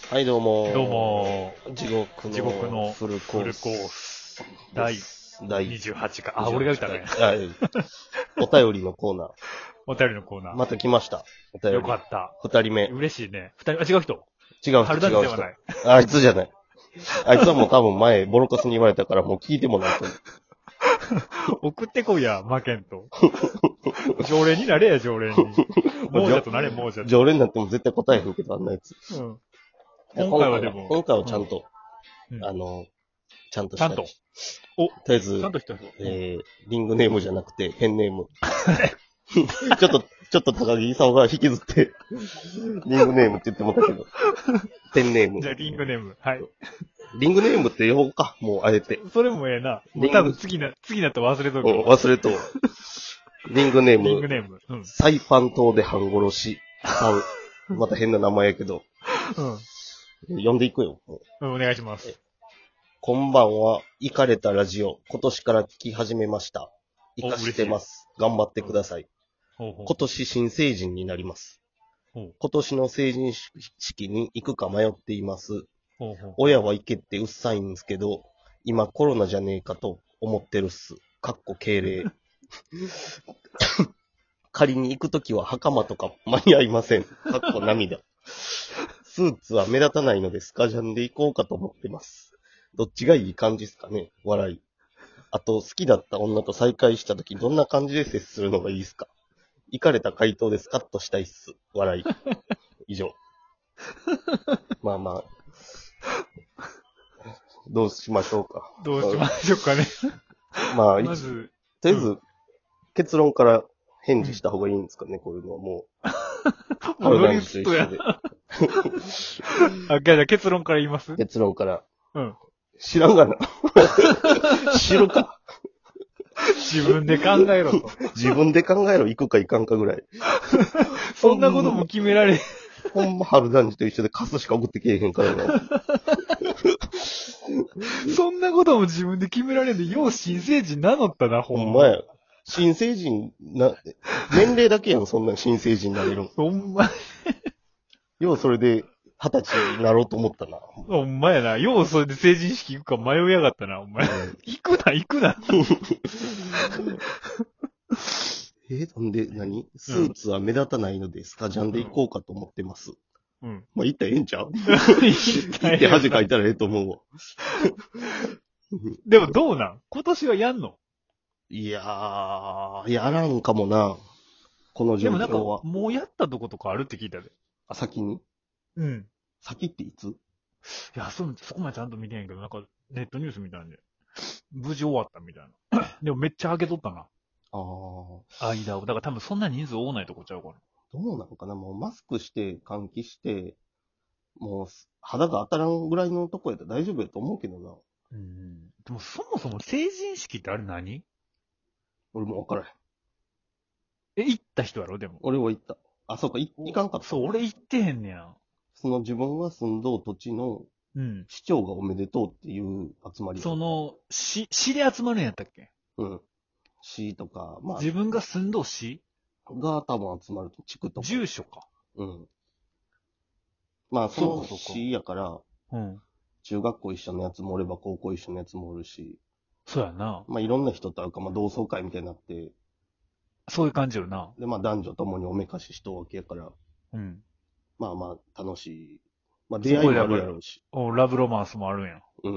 はい、どうも。 どうも。 地獄のフルコース。 第第 28回。あ、俺が言ったね。 お便りのコーナー。 お便りのコーナー。 また来ました。お便り。 よかった。 二人目。 嬉しいね。二人、違う人。 違う春人、違う人。 田ではない。 あいつじゃない。あいつはもう多分前、ボロカスに言われたからもう聞いてもないと思う。 送ってこいや、負けんと。常連になれや、常連に。亡者となれ、亡者と。 常連になっても絶対答えへんけど、あんなやつ。 うん。今回はでも。 今回はちゃんと、 うんちゃんとした。 ちゃんと。お、 とりあえず、 ちゃんと一人。 リングネームじゃなくて、ペンネーム。ちょっと高木勲が引きずって、リングネームって言ってもらったけど、ペンネーム。 じゃあ、リングネーム。はい。 リングネームって呼ぼうか、もうあえて。 それもええな。もう多分次なったら忘れとく。 忘れとう。リングネーム。 リングネーム。うん。 サイパン島で半殺しさん。また変な名前やけど。呼んでいくよ。 うん、お願いします。 こんばんは。イカれたラジオ。今年から聞き始めました。イカしてます。頑張ってください。今年新成人になります。今年の成人式に行くか迷っています。親は行けってうっさいんですけど、今コロナじゃねえかと思ってるっす。かっこ敬礼。仮に行くときは袴とか間に合いません。かっこ涙。スーツは目立たないのでスカジャンで行こうかと思ってます。どっちがいい感じですかね？笑い。あと、好きだった女と再会したときどんな感じで接するのがいいですか？行かれた回答でスカッとしたいっす。笑い。以上。まあまあ。どうしましょうか。 どうしましょうかね。 まあ、 まず、 とりあえず、結論から返事した方がいいんですかね、こういうのはもう。 もうノリストや。あ、じゃあ結論から言います？ 結論から。 うん。 知らんがな。知るか。 自分で考えろと。 自分で考えろ、行くか行かんかぐらい。 そんなことも決められ。 ほんま春団治と一緒でカスしか送ってけえへんからな。 そんなことも自分で決められんで、よう新成人名乗ったな、 ほんまや。新成人年齢だけやん、そんな新成人になれるん。 ほんま。 ようそれで20歳になろうと思ったな。 ほんまやな。ようそれで成人式行くか迷いやがったな、お前。行くな。 なんで何スーツは目立たないのでスカジャンで行こうかと思ってます。 うん。 まあ、行ったらええんちゃう行って恥かいたらええと思うわ。 でもどうなん今年はやんの？ いやー、やらんかもな。この状況は。 でもなんか、もうやったとことかあるって聞いたで。 あ、先にうん。 先っていつ？ いや、そこまでちゃんと見てへんけど、なんか、ネットニュースみたいんで。無事終わったみたいな。でもめっちゃ開けとったな。間を。だから多分そんな人数多ないとこちゃうから。 どうなのかな、もうマスクして換気して、もう肌が当たらんぐらいのとこやったら大丈夫やと思うけどな。 でもそもそも成人式ってあれ何？ 俺も分からへん。 行った人やろでも。 俺は行った。あ、そうか、行かんかった。 そう、俺行ってへんねや。 その自分が住んどう土地の市長がおめでとうっていう集まり。 その、市で集まるんやったっけ？ うん。市とか、まあ。 自分が住んどう市が多分集まると、地区とか。 住所か。 うん。まあ、その市やから、 うん。 中学校一緒のやつもおれば、高校一緒のやつもおるし。 そうやな。 まあ、いろんな人と会うか、まあ、同窓会みたいになって。 そういう感じよな。 で、まあ、男女ともにおめかししとうわけやから。 うん。 まあまあ、楽しい。まあ、出会いもあるやろうし。 ラブロマンスもあるんや。 うん。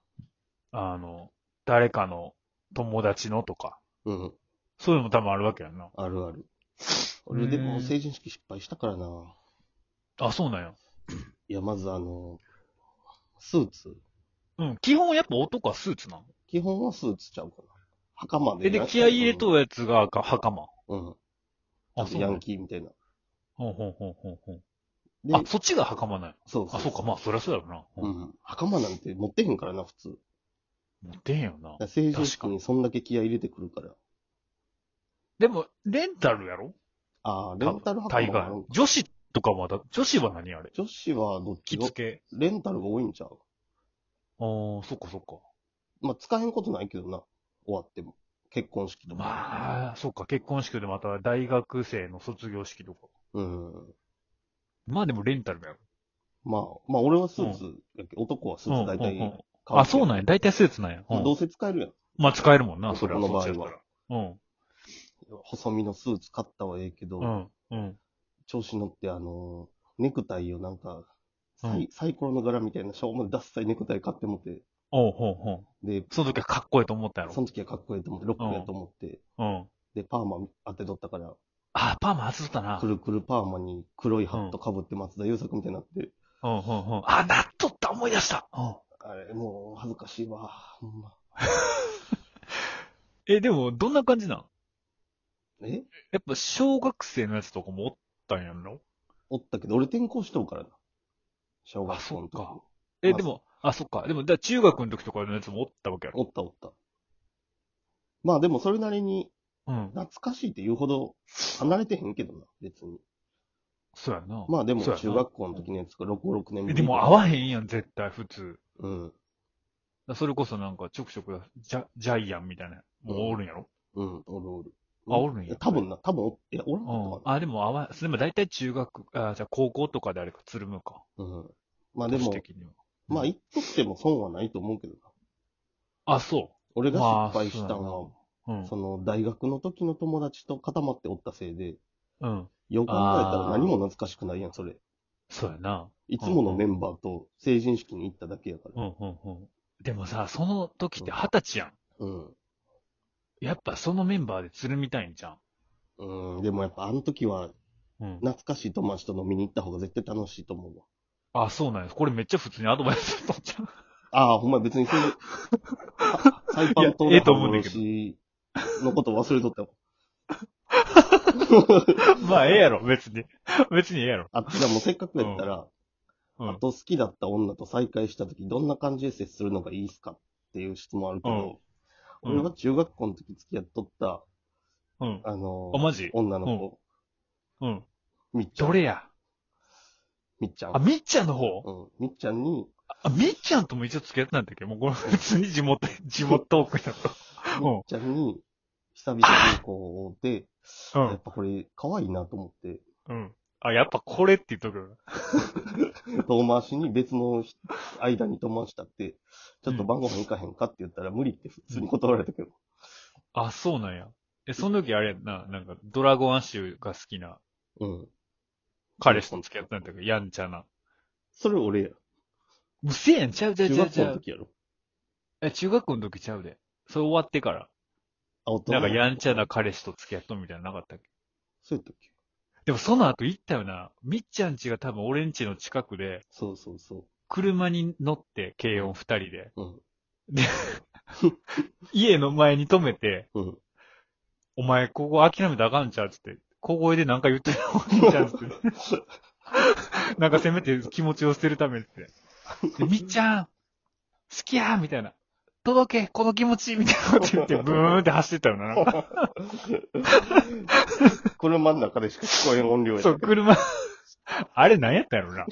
誰かの友達のとか。 うん。 そういうのも多分あるわけやな。 あるある。俺でも成人式失敗したからな。 あ、そうなんや。 いや、まずスーツ。 うん。基本やっぱ男はスーツなの？ 基本はスーツちゃうかな。袴で。 で、気合い入れとうやつが袴。 うん。 あ、そう。 ヤンキーみたいな。 ほう。あ、そっちが袴なんや。 そう。 あ、そうか。まあ、そりゃそうやろな。 うん。袴なんて持ってへんからな、普通。 持ってへんよな。 成人式にそんだけ気合い入れてくるから。 でも、レンタルやろ？ ああ、レンタル袴もあるんか。 女子とかまだ、女子は何あれ？ 女子はどっち？ 着付け。 レンタルが多いんちゃう？ ああ、そっか。 まあ、使えんことないけどな。終わっても。結婚式とか。 まあ、そっか。結婚式でまた大学生の卒業式とか。 うん。 まあでもレンタルやろ。 まあ俺はスーツやけど、男はスーツ大体買うけど。 あ、そうなんや。大体スーツなんや。 どうせ使えるやん。 まあ使えるもんな、それは。 男の場合はそっちやったら。 細身のスーツ買ったはええけど、調子乗ってネクタイをなんか、サイコロの柄みたいなしょうもないダッサいネクタイ買ってもって、で、 その時はかっこいいと思ったやろ。 その時はかっこいいと思って、ロックやと思って、で、パーマ当てとったから、 あ、パーマ当てとったな。 くるくるパーマに黒いハット被って松田優作みたいになって、 あ、なっとった思い出した。 あれ、もう恥ずかしいわ、ほんま。 でも、どんな感じなんやっぱ小学生のやつとかもおったんやろおったけど、俺転校しとるからな。小学校の時。 あ、そっか。でも、そっか。でも、中学の時とかのやつもおったわけやろ。 おった。まあでもそれなりに、 懐かしいって言うほど離れてへんけどな、別に。 そうやな。 まあでも中学校の時のやつが6年ぶり。 でも合わへんやん、絶対、普通。それこそなんか、ちょくちょくジャイアンみたいな、もうおるんやろおる。 おるんや。 多分、いや、おらんかったかな。でもでも大体中学、じゃあ高校とかであれか、つるむか。 まあでも、まあ言っとっても損はないと思うけどな。 あ、そう。 俺が失敗したのは、その大学の時の友達と固まっておったせいで、よく考えたら何も懐かしくないやん、それ。 そうやな。 いつものメンバーと成人式に行っただけやから。 でもさ、その時って20歳やん。やっぱそのメンバーでつるみたいんじゃん。 でもやっぱあの時は、懐かしい友達と飲みに行った方が絶対楽しいと思うわ。あ、そうなんです。これめっちゃ普通にアドバイスとっちゃう。 ほんま別にそれ、サイパン島の半殺しのこと忘れとったわ。 まあ、ええやろ、別に。別にええやろ。 じゃあもうせっかくやったら、あと好きだった女と再会した時どんな感じで接するのがいいっすかっていう質問あるけど、俺は中学校の時付き合っとった、 マジ女の子。みっちゃん。 どれやみっちゃん。 あ、みっちゃんの方みっちゃんに、 みっちゃんとも一応付き合ってたんだっけもうこれ普通に地元トークやと。 みっちゃんに、久々にこうで、やっぱこれ可愛いなと思って。 あ、やっぱこれって言っとく。 遠回しに別の間に友達だって、ちょっと晩ご飯行かへんかって言ったら無理って普通に断られたけど。 あ、そうなんや。その時あれやな、なんかドラゴンアッシュが好きな。彼氏と付き合ってたんだけど、やんちゃな。 それ俺や。 うせやん、ちゃう。 中学校の時やろ。 中学校の時ちゃうで。それ終わってから。なんかやんちゃな彼氏と付き合っとんみたいなのなかったっけそうやったっけでもその後行ったよな。みっちゃん家が多分俺ん家の近くで。 そう。 車に乗って、軽音二人で。で、家の前に止めて、お前、ここ諦めたらあかんちゃうつって、小声でなんか言ってるお兄ちゃんつって。なんかせめて気持ちを捨てるためって。で、みっちゃん、好きやーみたいな。届け、この気持ちみたいなこと言って、ブーンって走ってたよな。なんか車の中でしか聞こえん音量やった。 そう、車。あれ何やったんやろな。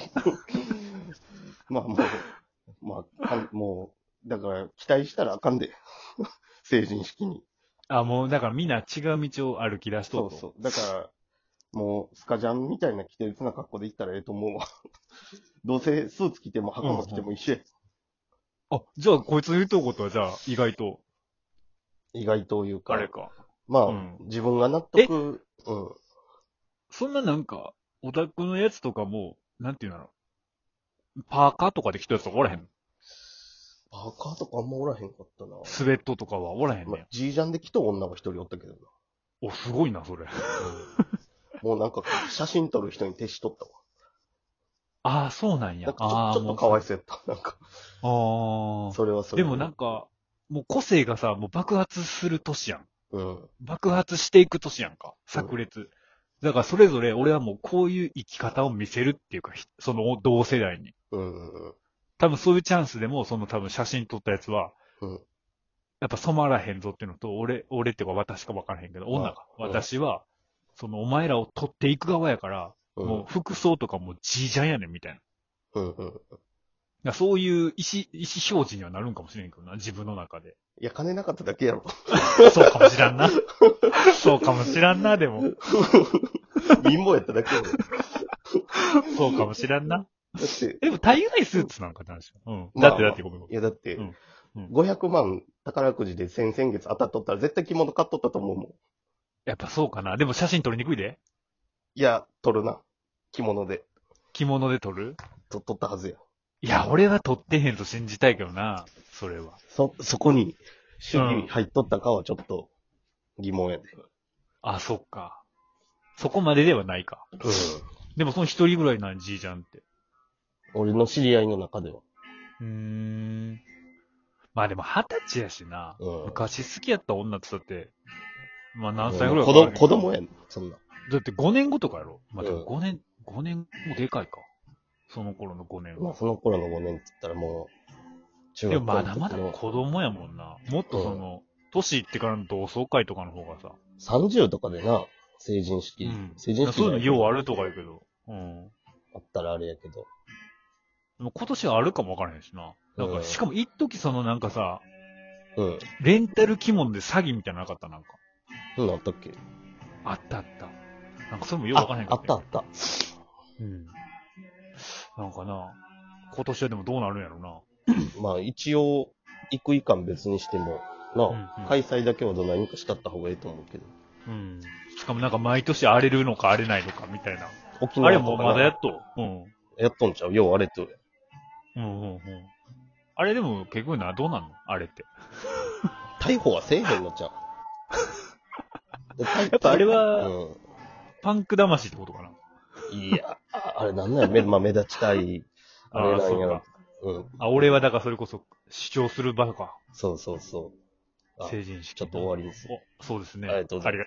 もう、だから期待したらあかんで。成人式に。 もう、だからみんな違う道を歩き出しとそう。だから、もう、スカジャンみたいな着てるな格好で行ったらええと思うわ。どうせスーツ着ても袴着ても一緒や。 じゃあ、こいつ言うとうことは、じゃあ、意外というか。 あれか。 自分が納得、 そんななんか、オタクのやつとかも、なんていうのパーカーとかで着たやつとかおらへんのパーカーとかあんまおらへんかったな。 スウェットとかはおらへんねん。 ジージャンで着た女が一人おったけどな。 すごいな、それ。 もうなんか、写真撮る人に徹しとったわ。 そうなんや。 ちょっとかわいそうやった。なんか。それはそれ。 でもなんか、もう個性がさ、もう爆発する年やん。 うん。 爆発していく年やんか。炸裂。だからそれぞれ俺はもうこういう生き方を見せるっていうか、その同世代に。多分そういうチャンスでも、その多分写真撮ったやつは、やっぱ染まらへんぞっていうのと、俺っていうか私か分からへんけど、女か。私は、そのお前らを撮っていく側やから、もう服装とかもジージャンやねんみたいな。そういう意思表示にはなるんかもしれんけどな、自分の中で。 いや、金なかっただけやろ。 そうかもしらんな。そうかもしらんな、でも。 貧乏やっただけやろ。 そうかもしらんな。 って、 でも大概スーツなんかって話よ。うん。 まあだってごめんごめん。 いやだって、 うん 500万宝くじで先々月当たっとったら絶対着物買っとったと思うもん。 やっぱそうかな。でも写真撮りにくいで。 いや、取るな。着物で。 着物で撮る。 撮ったはずや。 いや、俺は撮ってへんと信じたいけどな。それは。 そこに、主義入っとったかはちょっと疑問やで。 あ、そっか。そこまでではないか。 うん。 でもその一人ぐらいなんじいちゃんって。 俺の知り合いの中では。 まあでも20歳やしな。 うん昔好きやった女ってだって、まあ何歳ぐらい子供、子供やん。そんな。 だって5年後とかやろ。まあでもうん 5年もでかいか。その頃の5年まあは。 その頃の5年って言ったらもう、中で学もまだまだ校の時の子供やもんな。もっとその、年いってからの同窓会とかの方がさ。 30とかでな、成人式。成人式そういうのようあるるとか言うけど。うん。 あったらあれやけど。 でも今年はあるかもわからへんしな。なんか、 うんしかも一時そのなんかさ、 うん。 レンタル着物で詐欺みたいなのなかったなんか。 そんなんあったっけあったあった。なんかそれもよくわからへんあったあった。 うん。なんかな、今年はでもどうなるんやろな。 まあ一応、行くいかん別にしても、な、 うんうん開催だけはどないにかしたった方がいいと思うけど。 うん。しかもなんか毎年荒れるのか荒れないのかみたいな。 沖あれ縄とかなもうまだやっと。うん。 やっとんちゃうようあれと。 うんうんうん。あれでも結局どうなんのあれって。 逮捕はせえへんのちゃう。 やっぱあれは、 うパンク魂ってことかな。 ん。いや、あれなんなんや、まあ目立ちたい。あれなんやろ。うん。 あ、俺はだからそれこそ主張する場か。 そうそうそう。あ成人式。 ちょっと終わりです。 おそうですね。 ありがとうございますありが